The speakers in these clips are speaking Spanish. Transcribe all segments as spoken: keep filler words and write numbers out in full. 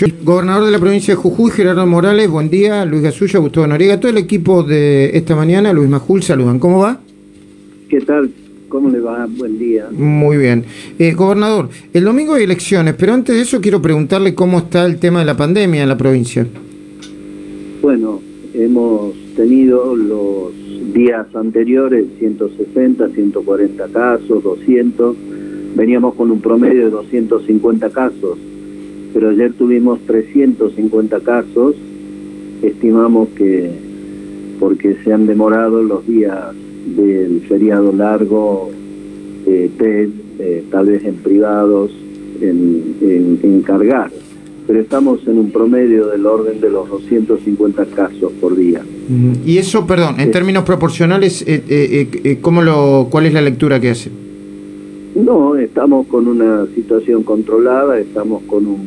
Gobernador de la provincia de Jujuy, Gerardo Morales, buen día. Luis Gasulla, Gustavo Noriega, todo el equipo de esta mañana, Luis Majul, saludan. ¿Cómo va? ¿Qué tal? ¿Cómo le va? Buen día. Muy bien. Eh, gobernador, el domingo hay elecciones, pero antes de eso quiero preguntarle cómo está el tema de la pandemia en la provincia. Bueno, hemos tenido los días anteriores ciento sesenta, ciento cuarenta casos, doscientos. Veníamos con un promedio de doscientos cincuenta casos, pero ayer tuvimos trescientos cincuenta casos. Estimamos que porque se han demorado los días del feriado largo, eh, test, eh, tal vez en privados, en, en, en cargar, pero estamos en un promedio del orden de los doscientos cincuenta casos por día. Y eso, perdón, en eh, términos proporcionales, eh, eh, eh, ¿cómo lo, ¿cuál es la lectura que hace? No, estamos con una situación controlada, estamos con un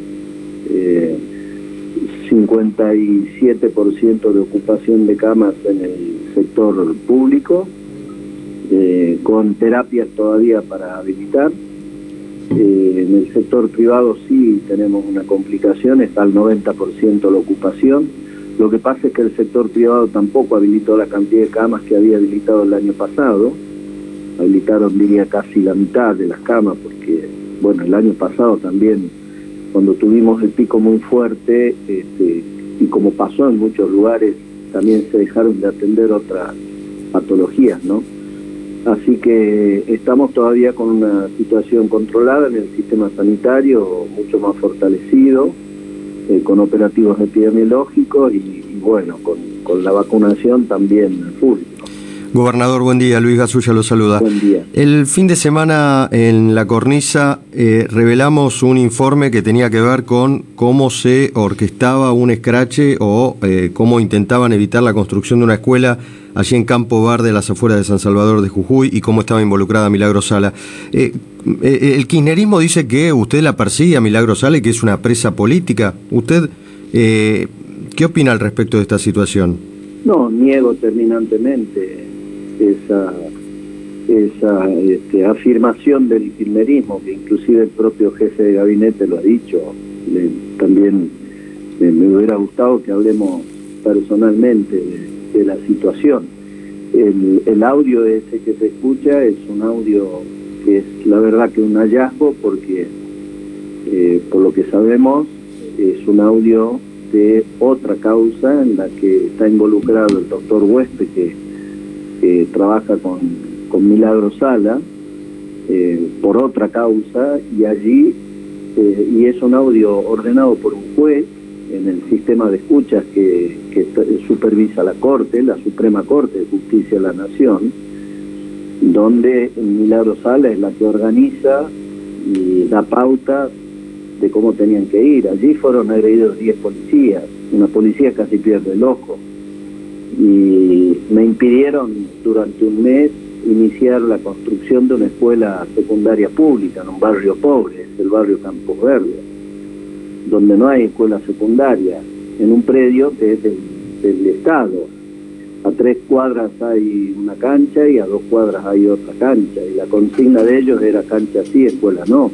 eh, cincuenta y siete por ciento de ocupación de camas en el sector público, eh, con terapias todavía para habilitar. Eh, en el sector privado sí tenemos una complicación, está al noventa por ciento la ocupación. Lo que pasa es que el sector privado tampoco habilitó la cantidad de camas que había habilitado el año pasado. Habilitaron, diría, casi la mitad de las camas, porque, bueno, el año pasado también, cuando tuvimos el pico muy fuerte, este, y como pasó en muchos lugares, también se dejaron de atender otras patologías, ¿no? Así que estamos todavía con una situación controlada en el sistema sanitario, mucho más fortalecido, eh, con operativos epidemiológicos y, y bueno, con, con la vacunación también full. Gobernador, buen día. Luis Gasulla lo saluda. Buen día. El fin de semana en La Cornisa eh, revelamos un informe que tenía que ver con cómo se orquestaba un escrache o eh, cómo intentaban evitar la construcción de una escuela allí en Campo Verde, a las afueras de San Salvador de Jujuy, y cómo estaba involucrada Milagro Sala. Eh, eh, el kirchnerismo dice que usted la persigue a Milagro Sala y que es una presa política. ¿Usted eh, qué opina al respecto de esta situación? No, niego terminantemente esa esa este, afirmación del kirchnerismo, que inclusive el propio jefe de gabinete lo ha dicho. Le, también me, me hubiera gustado que hablemos personalmente de, de la situación. El, el audio ese que se escucha es un audio que es la verdad que un hallazgo, porque eh, por lo que sabemos es un audio de otra causa en la que está involucrado el doctor Huespe, que que trabaja con, con Milagro Sala, eh, por otra causa, y allí, eh, y es un audio ordenado por un juez en el sistema de escuchas que, que supervisa la Corte, la Suprema Corte de Justicia de la Nación, donde Milagro Sala es la que organiza y da pauta de cómo tenían que ir. Allí fueron agredidos diez policías, una policía casi pierde el ojo, y me impidieron durante un mes iniciar la construcción de una escuela secundaria pública en un barrio pobre, es el barrio Campos Verdes, donde no hay escuela secundaria, en un predio que es del, del Estado. A tres cuadras hay una cancha y a dos cuadras hay otra cancha, y la consigna de ellos era cancha sí, escuela no.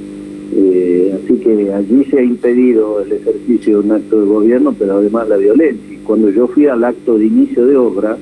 Eh, así que allí se ha impedido el ejercicio de un acto de gobierno, pero además la violencia. Y cuando yo fui al acto de inicio de obra,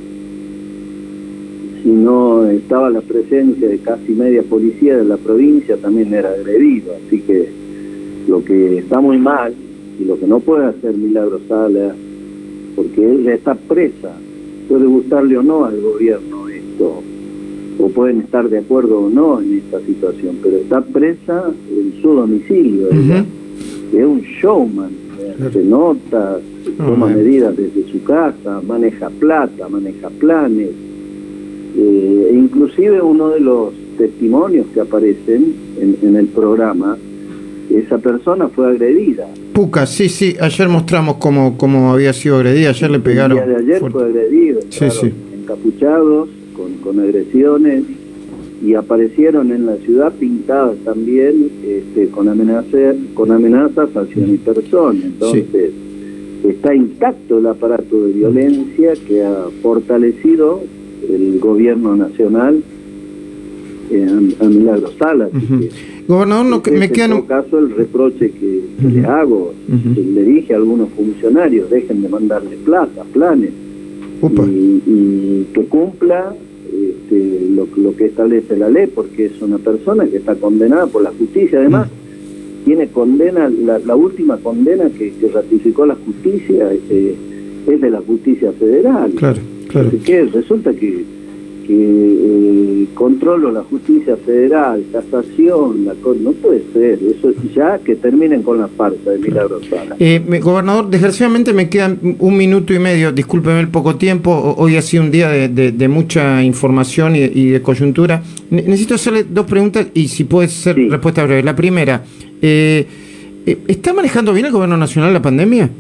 si no estaba la presencia de casi media policía de la provincia, también era agredido. Así que lo que está muy mal, y lo que no puede hacer Milagro Sala, porque ella está presa, puede gustarle o no al gobierno esto, o pueden estar de acuerdo o no en esta situación, pero está presa en su domicilio. Uh-huh. Ella es un showman, hace notas, toma uh-huh. medidas desde su casa, maneja plata, maneja planes, eh, e inclusive uno de los testimonios que aparecen en, en el programa, esa persona fue agredida. Puca, sí, sí, ayer mostramos cómo, cómo había sido agredida, ayer le pegaron. El día de ayer fuerte. Fue agredido, sí, sí. encapuchados, con, con agresiones, y aparecieron en la ciudad pintadas también este, con amenazas con amenazas hacia mi persona. Entonces sí. está intacto el aparato de violencia que ha fortalecido el gobierno nacional eh, a, a Milagro Sala. Uh-huh. Gobernador, no, que, es, me quedan... En todo caso, el reproche que, que uh-huh. le hago, uh-huh. que le dije a algunos funcionarios, dejen de mandarle plata, planes, y, y que cumpla este, lo, lo que establece la ley, porque es una persona que está condenada por la justicia. Además, uh-huh. tiene condena, la, la última condena que, que ratificó la justicia eh, es de la justicia federal. Claro, claro. Así que resulta que que eh, controlo la justicia federal, casación, la, no puede ser, eso ya que terminen con la farsa de Milagros Sala. Eh, me, gobernador, desgraciadamente me quedan un minuto y medio, discúlpeme el poco tiempo, hoy ha sido un día de, de, de mucha información y, y de coyuntura. Ne necesito hacerle dos preguntas y si puede ser sí. respuesta breve. La primera, eh, ¿está manejando bien el gobierno nacional la pandemia?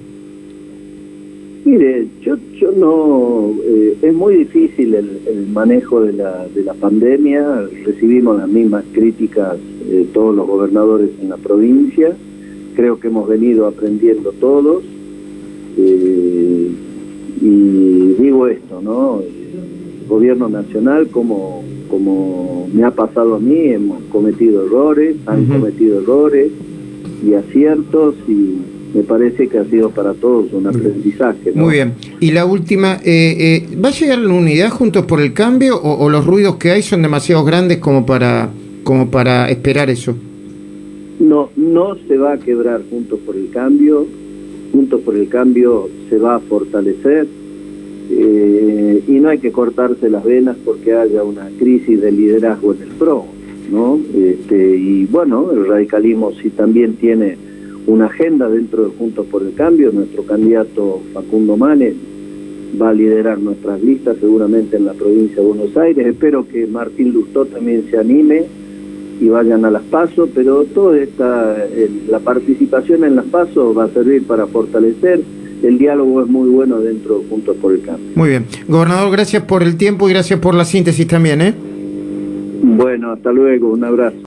Mire, yo, yo no... Eh, es muy difícil el, el manejo de la, de la pandemia. Recibimos las mismas críticas eh, todos los gobernadores en la provincia. Creo que hemos venido aprendiendo todos. Eh, y digo esto, ¿no? El gobierno nacional, como, como me ha pasado a mí, hemos cometido errores, han uh-huh. cometido errores y aciertos, y me parece que ha sido para todos un aprendizaje, ¿no? Muy bien. Y la última, eh, eh, ¿va a llegar la unidad Juntos por el Cambio o, o los ruidos que hay son demasiado grandes como para, como para esperar eso? No, no se va a quebrar Juntos por el Cambio. Juntos por el Cambio se va a fortalecer, eh, y no hay que cortarse las venas porque haya una crisis de liderazgo en el P R O, ¿no? Este, y bueno, el radicalismo sí también tiene una agenda dentro de Juntos por el Cambio. Nuestro candidato Facundo Manes va a liderar nuestras listas seguramente en la provincia de Buenos Aires. Espero que Martín Lustó también se anime y vayan a las PASO, pero toda esta, la participación en las PASO va a servir para fortalecer. El diálogo es muy bueno dentro de Juntos por el Cambio. Muy bien. Gobernador, gracias por el tiempo y gracias por la síntesis también, ¿eh? Bueno, hasta luego, un abrazo.